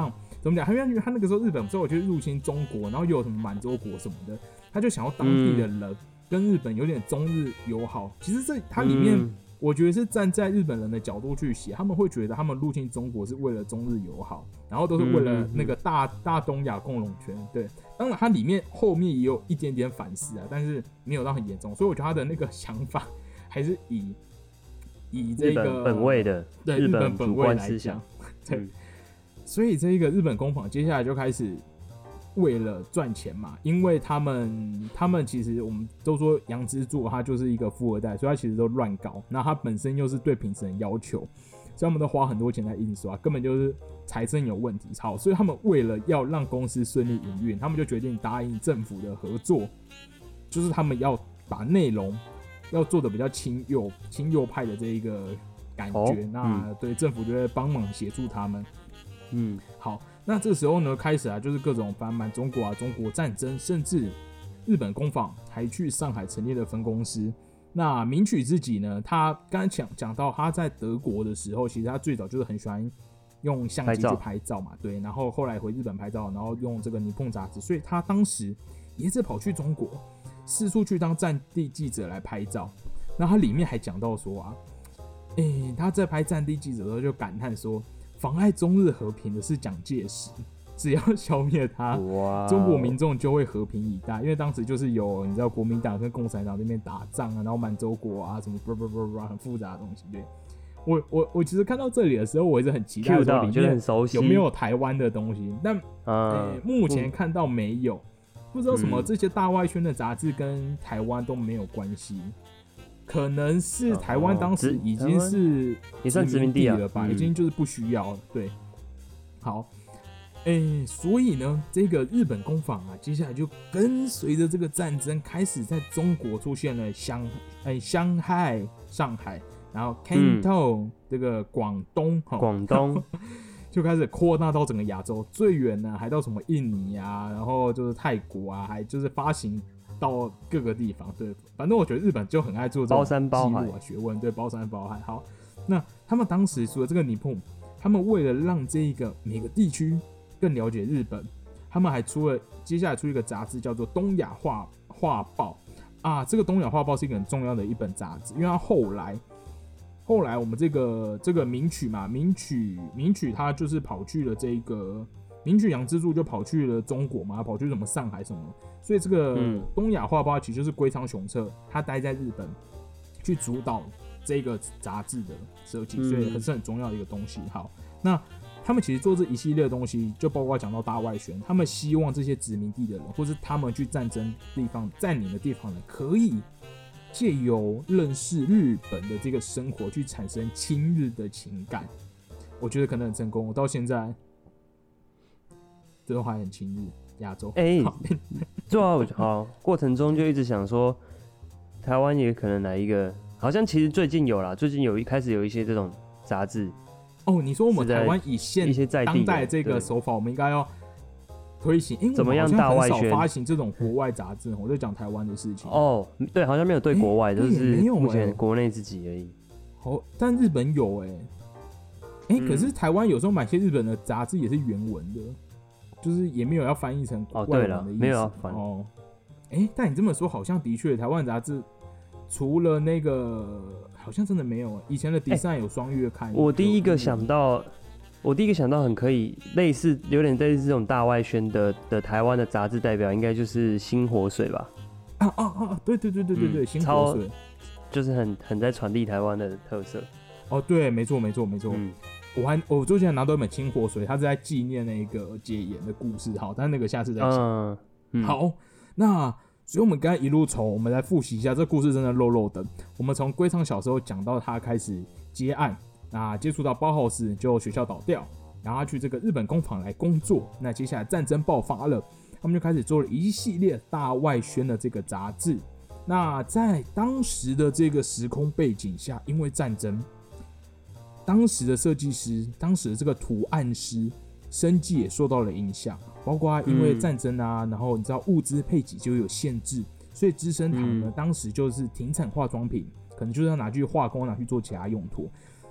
怎么讲？因为他那个时候日本之后就入侵中国，然后又有什么满洲国什么的，他就想要当地的人跟日本有点中日友好。其实这它里面。嗯我觉得是站在日本人的角度去写，他们会觉得他们入侵中国是为了中日友好，然后都是为了那个大、嗯、大东亚共荣圈。对，当然它里面后面也有一点点反思啊，但是没有到很严重，所以我觉得他的那个想法还是以以这个日本本位的对日本本位来讲，对、嗯，所以这个日本工坊接下来就开始。为了赚钱嘛，因为他们他们其实我们都说杨之助他就是一个富二代，所以他其实都乱搞。那他本身又是对品质很要求，所以他们都花很多钱在印刷，根本就是财政有问题。好，所以他们为了要让公司顺利营运，他们就决定答应政府的合作，就是他们要把内容要做的比较亲右亲右派的这一个感觉。哦、那、嗯、对政府就会帮忙协助他们。嗯，好。那这个时候呢，开始啊，就是各种反满中国啊、中国战争，甚至日本工坊还去上海成立了分公司。那明曲自己呢，他刚才讲讲到他在德国的时候，其实他最早就是很喜欢用相机去拍照嘛，对。然后后来回日本拍照，然后用这个尼碰杂志，所以他当时也是跑去中国，四处去当战地记者来拍照。那他里面还讲到说啊，哎、欸，他在拍战地记者的时候就感叹说。妨碍中日和平的是蒋介石，只要消灭他，中国民众就会和平以待。因为当时就是有你知道国民党跟共产党那边打仗啊，然后满洲国啊什么不不不不很复杂的东西。对，我我我其实看到这里的时候，我一直很期待说里面有没有台湾的东西，但、嗯欸、目前看到没有，不知道什么这些大外宣的杂志跟台湾都没有关系。可能是台湾当时已经是殖民地了吧，哦、已经就是不需要了。对，好，哎，所以呢，这个日本工坊啊，接下来就跟随着这个战争，开始在中国出现了湘哎湘海、上海，然后 Canton、嗯、这个广东， 广东就开始扩大到整个亚洲，最远呢还到什么印尼啊，然后就是泰国啊，还就是发行。到各个地方，对，反正我觉得日本就很爱做这种记录啊、学问，对，包山包海。好，那他们当时除了这个尼碰，他们为了让这个每个地区更了解日本，他们还出了接下来出一个杂志，叫做《东亚画画报》啊。这个《东亚画报》是一个很重要的一本杂志，因为它后来后来我们这个这个明曲嘛，明曲明曲他就是跑去了这个。明曲杨之助就跑去了中国嘛，跑去什么上海什么，所以这个东亚画报其实就是龟仓雄策，他待在日本去主导这个杂志的设计，所以还是很重要的一个东西。好，那他们其实做这一系列的东西，就包括讲到大外宣，他们希望这些殖民地的人，或是他们去战争地方占领的地方的人，可以借由认识日本的这个生活，去产生亲日的情感。我觉得可能很成功，我到现在。这都还很亲日亚洲， 哎、欸，对啊，好，过程中就一直想说，台湾也可能来一个，好像其实最近有啦，最近有一开始有一些这种杂志。 哦，你说我们台湾以现当代这个手法，我们应该要推行，因为我们好像很少发行这种国外杂志，我在讲台湾的事情。 哦，对，好像没有对国外，欸、就是目前国内自己而已。 哦，但日本有哎、欸，哎、欸嗯，可是台湾有时候买些日本的杂志也是原文的。就是也没有要翻译成外文的意思。哦，对了， 没有要翻。 哦，哎、欸，但你这么说，好像的确台湾杂志除了那个，好像真的没有。以前的 Design 有双月刊、欸。 我第一个想到，我第一个想到很可以类似，有点类似这种大外宣的的台湾的杂志代表，应该就是新活水吧？ 啊啊啊！对对对对对对，嗯、新活水就是很很在传递台湾的特色。 哦，对，没错没错没错。嗯我还我最近还拿到一本清活水，他是在纪念那个戒严的故事，好，但那个下次再讲。嗯嗯、好，那所以我们刚才一路从我们来复习一下，这故事真的肉肉的。我们从龟仓小时候讲到他开始接案，那接触到包浩斯就学校倒掉，然后他去这个日本工坊来工作。那接下来战争爆发了，他们就开始做了一系列大外宣的这个杂志。那在当时的这个时空背景下，因为战争。当时的设计师，当时的这个图案师，生计也受到了影响，包括因为战争啊，嗯、然后你知道物资配给就有限制，所以资生堂呢、嗯，当时就是停产化妆品，可能就是要拿去化工，拿去做其他用途。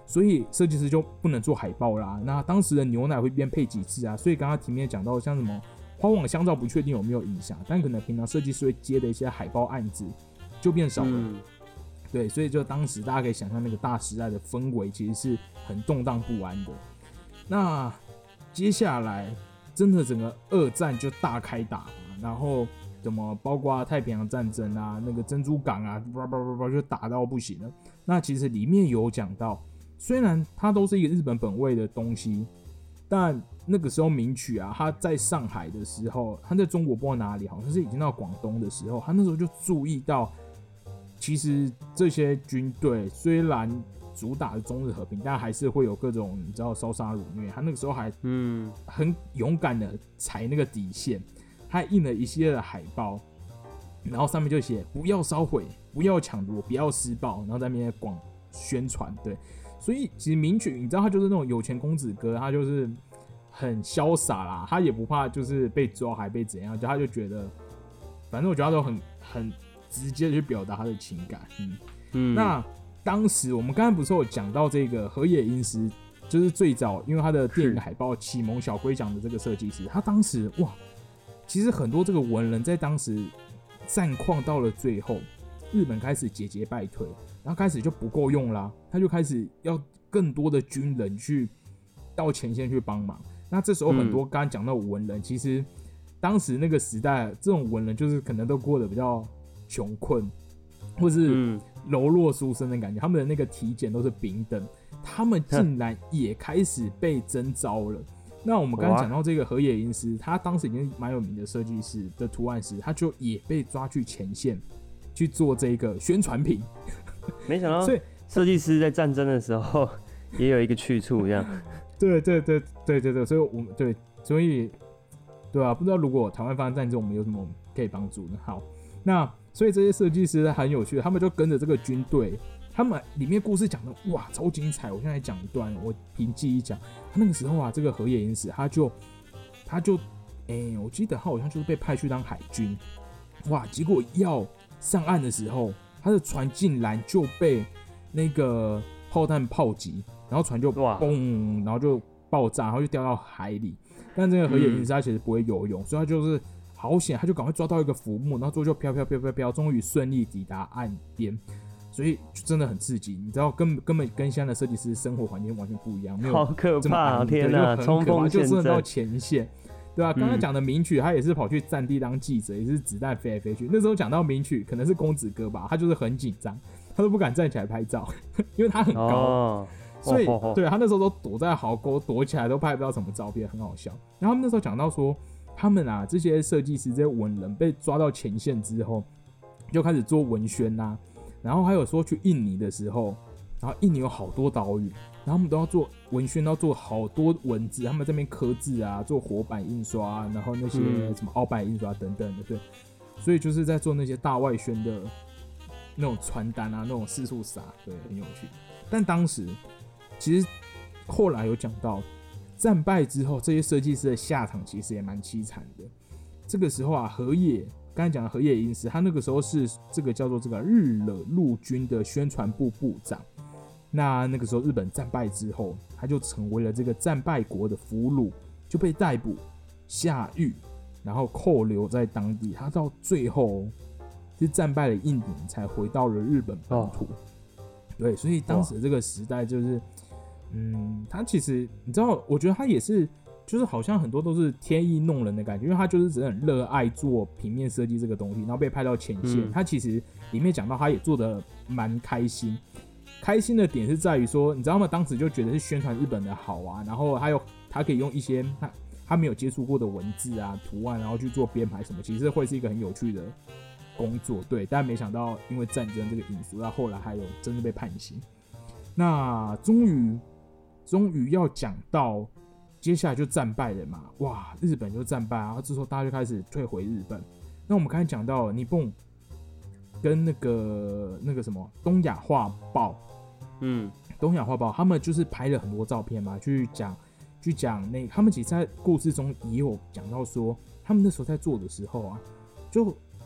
所以设计师就不能做海报啦。那当时的牛奶会变配几次啊，所以刚刚题目也讲到，像什么花网香皂不确定有没有影响，但可能平常设计师会接的一些海报案子就变少了。嗯、对，所以就当时大家可以想象那个大时代的氛围其实是很动荡不安的。那接下来真的整个二战就大开打嘛，然后怎么包括太平洋战争啊，那个珍珠港啊，叭叭叭叭就打到不行了。那其实里面有讲到，虽然它都是一个日本本位的东西，但那个时候明曲啊，他在上海的时候，他在中国不知道哪里，好像是已经到广东的时候，他那时候就注意到，其实这些军队虽然主打的中日和平，但还是会有各种你知道烧杀掳掠。他那个时候还嗯很勇敢的踩那个底线，他印了一系列的海报，然后上面就写不要烧毁，不要抢夺，不要施暴，然后在那边广宣传。对，所以其实明曲你知道他就是那种有钱公子哥，他就是很潇洒啦，他也不怕就是被抓还被怎样，就他就觉得反正我觉得他都很很直接的去表达他的情感。嗯嗯，那。当时我们刚才不是有讲到这个河野英司，就是最早因为他的电影海报启蒙小龟奖的这个设计师，他当时哇，其实很多这个文人在当时战况到了最后，日本开始节节败退，然后开始就不够用啦，他就开始要更多的军人去到前线去帮忙。那这时候很多刚刚讲到文人，嗯、其实当时那个时代，这种文人就是可能都过得比较穷困，或是、嗯。柔弱书生的感觉，他们的那个体检都是丙等，他们竟然也开始被征召了。那我们刚才讲到这个河野英司，他当时已经蛮有名的设计师的图案师，他就也被抓去前线去做这个宣传品。 没想到，设计师在战争的时候也有一个去处，这样。 对对对对对对，所以我们对，所以对啊，不知道如果台湾发生战争，我们有什么可以帮助呢？好，那。所以这些设计师很有趣，他们就跟着这个军队，他们里面故事讲的哇超精彩。我现在讲一段，我凭记忆讲，他那个时候啊，这个河野英司他就他就哎、欸，我记得他好像就是被派去当海军，哇，结果要上岸的时候，他的船竟然就被那个炮弹炮击，然后船就嘣，然后就爆炸，然后就掉到海里。但这个河野英司他其实不会游泳，嗯、所以他就是。好险，他就赶快抓到一个浮木，然后之后就飘飘飘飘飘，终于顺利抵达岸边，所以就真的很刺激。你知道，根根本跟现在的设计师生活环境完全不一样，没有好可怕啊！天哪， 冲锋陷阵， 就真的到前线，对吧、啊？刚刚讲的明曲，他也是跑去战地当记者，也是子弹飞来飞去。那时候讲到明曲，可能是公子哥吧，他就是很紧张，他都不敢站起来拍照，因为他很高，哦、所以、哦、对他那时候都躲在壕沟躲起来，都拍不到什么照片，很好笑。然后他们那时候讲到说。他们啊，这些设计师、这些文人被抓到前线之后，就开始做文宣啊，然后还有说去印尼的时候，然后印尼有好多岛屿，然后他们都要做文宣，都要做好多文字，他们这边刻字啊，做活版印刷，然后那些什么凹版印刷等等的，对，所以就是在做那些大外宣的那种传单啊，那种四处撒，对，很有趣。但当时其实后来有讲到。战败之后，这些设计师的下场其实也蛮凄惨的。这个时候啊，河野刚才讲的河野英司，他那个时候是这个叫做这个日惹陆军的宣传部部长。那那个时候日本战败之后，他就成为了这个战败国的俘虏，就被逮捕、下狱，然后扣留在当地。他到最后是战败了一年，才回到了日本本土。哦、对，所以当时这个时代就是。嗯，他其实你知道，我觉得他也是，就是好像很多都是天意弄人的感觉，因为他就是真的很热爱做平面设计这个东西，然后被派到前线。嗯、他其实里面讲到，他也做得蛮开心。开心的点是在于说，你知道吗？当时就觉得是宣传日本的好啊，然后还有他可以用一些他他没有接触过的文字啊、图案，然后去做编排什么，其实会是一个很有趣的工作。对，但没想到因为战争这个因素，他后来还有真的被判刑。那终于。终于要讲到接下来就战败了嘛，哇，日本就战败，然后之后大家就开始退回日本。那我们刚才讲到日本跟那个那个什么东亚画报，嗯，东亚画报他们就是拍了很多照片嘛，去讲去讲那他们其实在故事中也有讲到说，他们那时候在做的时候啊，就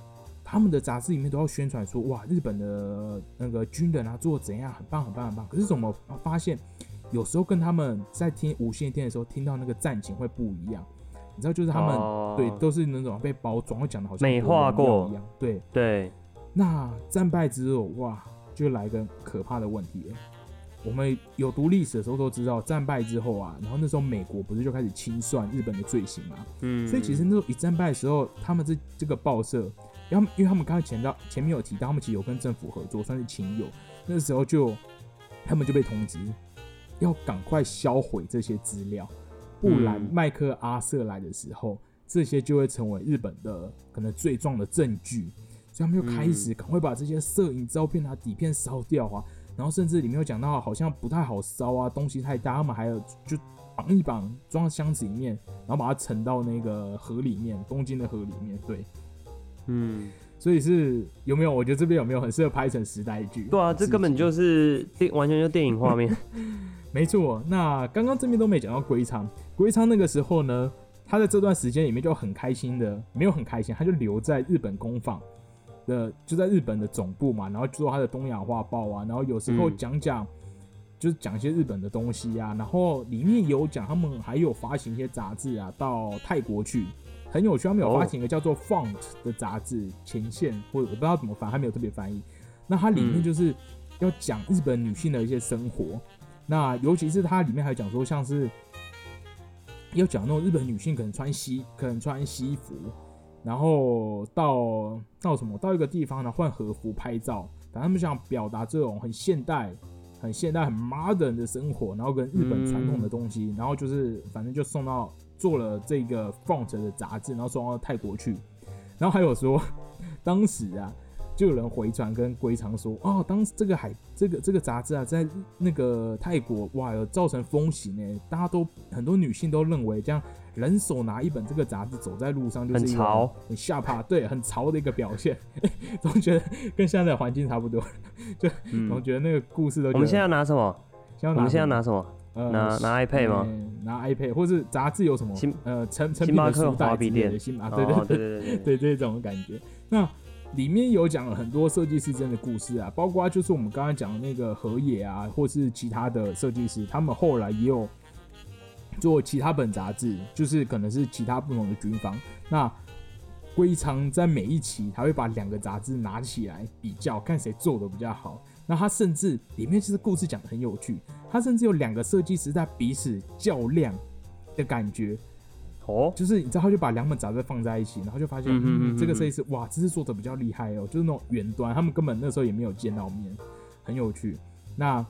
他们的杂志里面都要宣传说，哇，日本的那个军人啊做得怎样，很棒很棒很棒。可是怎么发现，有时候跟他们在听无线电的时候听到那个战情会不一样？你知道，就是他们、哦、对都是那种被包装，会讲的好像美化过一样。对对。 那战败之后，哇，就来一个可怕的问题了。我们有读历史的时候都知道，战败之后啊，然后那时候美国不是就开始清算日本的罪行嘛？嗯，所以其实那时候一战败的时候，他们这这个报社，因为他们刚才前到前面有提到，他们其实有跟政府合作，算是亲友。那时候就他们就被通知要赶快销毁这些资料，不然麦克阿瑟来的时候，这些就会成为日本的可能罪状的证据。所以他们就开始赶快把这些摄影照片啊、底片烧掉啊。然后甚至里面有讲到好像不太好烧啊，东西太大，他们还有就绑一绑装到箱子里面，然后把它沉到那个河里面，东京的河里面。对，嗯，所以是有没有？我觉得这边有没有很适合拍成时代剧？ 对啊，这根本就是完全就电影画面。 没错，那刚刚这边都没讲到龟仓，龟仓那个时候呢，他在这段时间里面就很开心的，没有很开心，他就留在日本工坊。的就在日本的总部嘛，然后做他的东亚画报啊，然后有时候讲讲、嗯，就是讲一些日本的东西啊，然后里面有讲他们还有发行一些杂志啊，到泰国去，很有趣，他们有发行一个叫做 Font 的杂志，前线或者我不知道怎么翻，还没有特别翻译。那它里面就是要讲日本女性的一些生活，嗯、那尤其是它里面还有讲说，像是要讲那种日本女性可能穿西可能穿西服。然后到到什么到一个地方呢，换和服拍照，反正他们想表达这种很现代、很现代、很 modern 的生活，然后跟日本传统的东西，嗯、然后就是反正就送到做了这个 Font 的杂志，然后送到泰国去。然后还有说，当时啊，就有人回传跟龟仓说，哦，当时这个海这个这个杂志啊，在那个泰国哇，有造成风行呢，大家都很多女性都认为这样。人手拿一本这个杂志走在路上就是一个很潮、很下趴，对，很潮的一个表现。总觉得跟现在的环境差不多，就总觉得那个故事都觉得。 我们现在要拿什么？ 现在我们现在要拿什么？呃、拿拿 iPad 吗？ 拿 iPad， 或是杂志有什么？呃，成成品的书袋之类的， 星巴克，对对对对对对，这种感觉。那里面有讲了很多设计师真的故事啊，包括就是我们刚才讲的那个河野啊，或是其他的设计师，他们后来也有。做其他本杂志，就是可能是其他不同的军方。那龟仓在每一期，他会把两个杂志拿起来比较，看谁做的比较好。那他甚至里面其实故事讲得很有趣，他甚至有两个设计师在彼此较量的感觉。哦，就是你知道，他就把两本杂志放在一起，然后就发现，嗯, 嗯, 嗯, 嗯这个设计师哇，这是做的比较厉害哦，就是那种远端，他们根本那时候也没有见到面，很有趣。那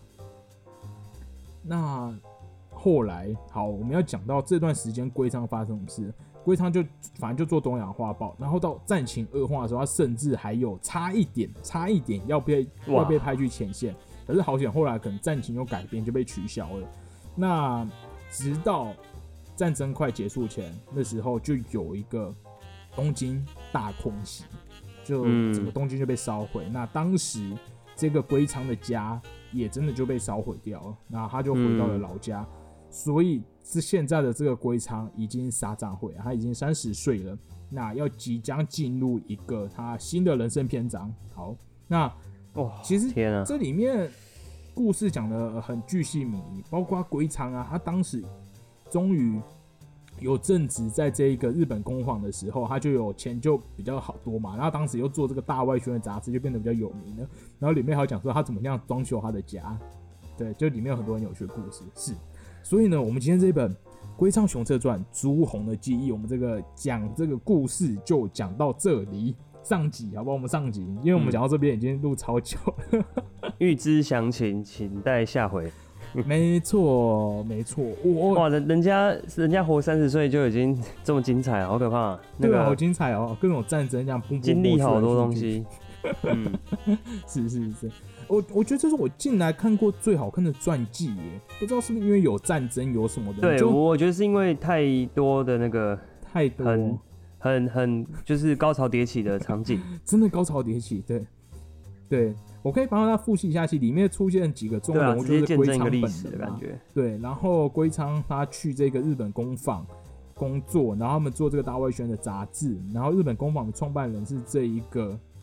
那。后来，好，我们要讲到这段时间龟仓发生什么事。龟仓就反正就做东亚画报，然后到战情恶化的时候，他甚至还有差一点，差一点要被要被派去前线，可是好险，后来可能战情有改变，就被取消了。那直到战争快结束前，那时候就有一个东京大空袭，就整个东京就被烧毁。嗯、那当时这个龟仓的家也真的就被烧毁掉了，那他就回到了老家。嗯所以是现在的这个龟仓已经撒掌会，他已经三十岁了，那要即将进入一个他新的人生篇章。好，那哦，其实这里面故事讲得很巨细靡遗，包括龟仓啊，他当时终于有正职在这一个日本工坊的时候，他就有钱就比较好多嘛，然后当时又做这个大外宣的杂志，就变得比较有名了。然后里面还有讲说他怎么样装修他的家，对，就里面有很多很有趣的故事，是。所以呢，我们今天这一本《龟仓雄策传：朱红的记忆》，我们这个讲这个故事就讲到这里。上集好不好？我们上集，因为我们讲到这边已经录超久了。 欲知详情，请待下回。 没错，没错。 哇，人人家人家活三十岁就已经这么精彩，好可怕、啊！那个对啊，好精彩哦，各种战争这样， 经历好多东西。 嗯，是是是。我我觉得这是我近来看过最好看的传记耶，不知道是不是因为有战争有什么的？ 对，我觉得是因为太多的那个太多很很很就是高潮迭起的场景， 真的高潮迭起。对，对我可以帮他复习一下，其里面出现几个重要人物，就是龟仓本人的感觉。对，然后龟仓他去这个日本工坊工作，然后他们做这个大外宣的杂志，然后日本工坊的创办人是这一个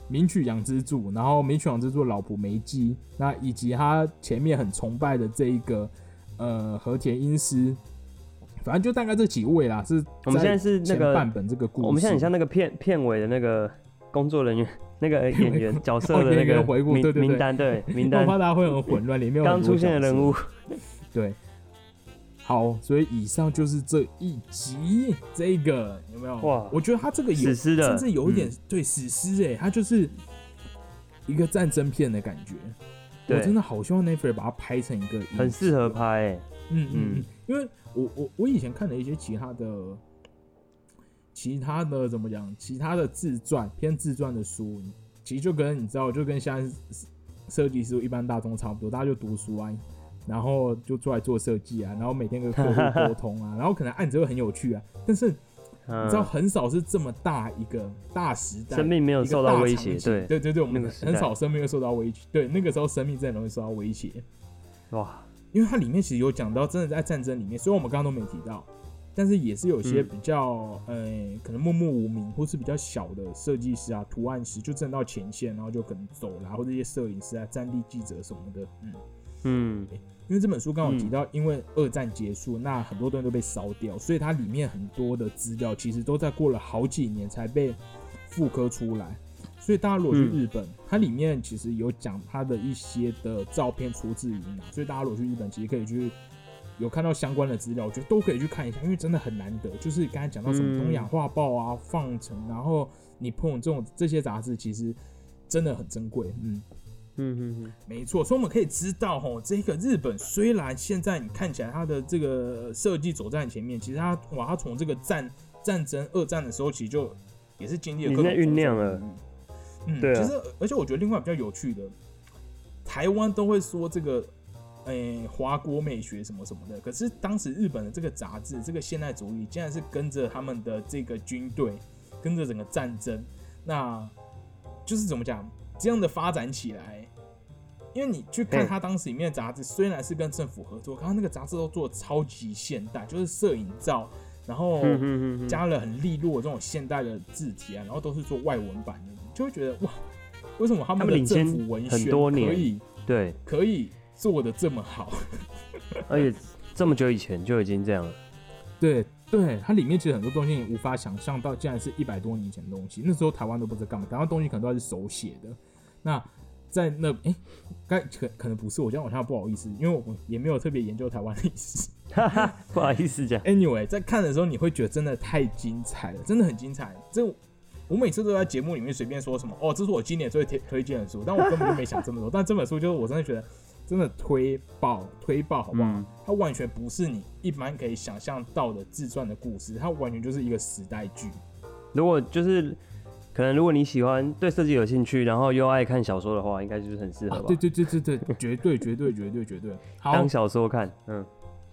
名曲养之助，然后名曲养之助的老婆梅姬，那以及他前面很崇拜的这一个呃和田英师，反正就大概这几位啦。是我们现在是那个半本这个故事， 我们现在很像那个片片尾的那个工作人员。那个演员角色的那个回顾， 名对对对名单，对名单， 我怕大家会很混乱，里面有刚出现的人物， 对。好，所以以上就是这一集，这个有没有？哇，我觉得他这个史诗的， 甚至有一点、嗯、对史诗哎，他就是一个战争片的感觉。我真的好希望 Netflix 把它拍成一个， 很适合拍哎。 嗯嗯嗯，因为我我我以前看了一些其他的。其他的怎么讲？其他的自传偏自传的书，其实就跟你知道，就跟现在设计师一般大众差不多，大家就读书啊，然后就出来做设计啊，然后每天跟客户沟通啊，然后可能案子会很有趣啊，但是你知道很少是这么大一个大时代， 生命没有受到威胁，对对对对，我们很少生命会受到威胁，对，那个时候生命真的容易受到威胁，哇，因为它里面其实有讲到，真的在战争里面，虽然我们刚刚都没提到。但是也是有些比较、嗯呃、可能默默无名或是比较小的设计师啊、图案师，就真的到前线，然后就可能走啦，或者一些摄影师啊、战地记者什么的，嗯嗯，因为这本书刚好提到，因为二战结束，嗯、那很多东西都被烧掉，所以它里面很多的资料其实都在过了好几年才被复刻出来。所以大家如果去日本，嗯、它里面其实有讲它的一些的照片出自于哪，所以大家如果去日本，其实可以去。有看到相关的资料，我觉得都可以去看一下，因为真的很难得。就是刚才讲到什么东亚画报啊、放城，然后你碰这种这些杂志，其实真的很珍贵。嗯嗯嗯嗯，没错。所以我们可以知道，吼，这个日本虽然现在你看起来它的这个设计走在前面，其实它哇，它从这个战战争二战的时候，其实就也是经历了各种酝酿了。 嗯，对、啊。其实而且我觉得另外比较有趣的，台湾都会说这个。诶，华国美学什么什么的，可是当时日本的这个杂志，这个现代主义，竟然是跟着他们的这个军队，跟着整个战争，那就是怎么讲，这样的发展起来。因为你去看他当时里面的杂志，虽然是跟政府合作，可是那个杂志都做得超级现代，就是摄影照，然后加了很利落的这种现代的字体啊，然后都是做外文版的，就会觉得哇，为什么他们的政府文宣可以对可以做的这么好， 而且这么久以前就已经这样了。 对对，它里面其实很多东西你无法想象到，竟然是一百多年前的东西。那时候台湾都不知道干嘛，台湾东西可能都是手写的。那在那哎，该可可能不是，我这样好像不好意思，因为我也没有特别研究台湾历史， 不好意思讲。 Anyway， 在看的时候你会觉得真的太精彩了，真的很精彩。这我每次都在节目里面随便说什么哦，这是我今年最推荐的书，但我根本就没想这么多。但这本书就是我真的觉得。真的推爆推爆好不好、嗯？它完全不是你一般可以想象到的自传的故事，它完全就是一个时代剧。 如果就是可能，如果你喜欢对设计有兴趣，然后又爱看小说的话，应该就是很适合吧、啊？ 对对对对对，绝对绝对绝对绝对。好， 当小说看，嗯。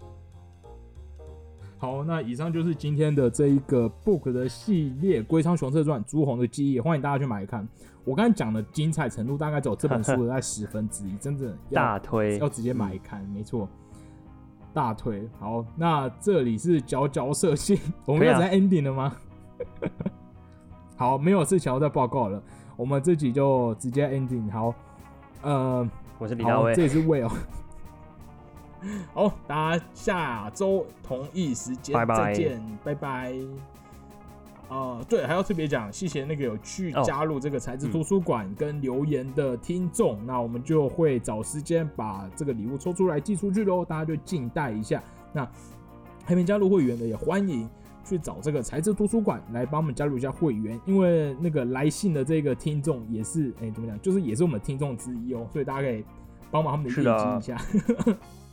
好，那以上就是今天的这一个 book 的系列《龟仓雄策传：朱红的记忆》，欢迎大家去买看。我刚才讲的精彩程度大概只有这本书的在十分之一，真的大推， 要直接买看，没错，大推。好，那这里是佼佼设信，我们要在 ending 了吗？好，没有事情要再报告了，我们这集就直接 ending。好，呃， 我是李大卫， 这里是 Will。好，大家下周同一时间再见，拜拜。呃，对，还要特别讲，谢谢那个有去加入这个材质图书馆跟留言的听众、哦嗯，那我们就会找时间把这个礼物抽出来寄出去喽，大家就静待一下。那还没加入会员的也欢迎去找这个材质图书馆来帮我们加入一下会员，因为那个来信的这个听众也是，哎，怎么讲，就是也是我们听众之一哦，所以大家可以帮忙他们的业绩一下。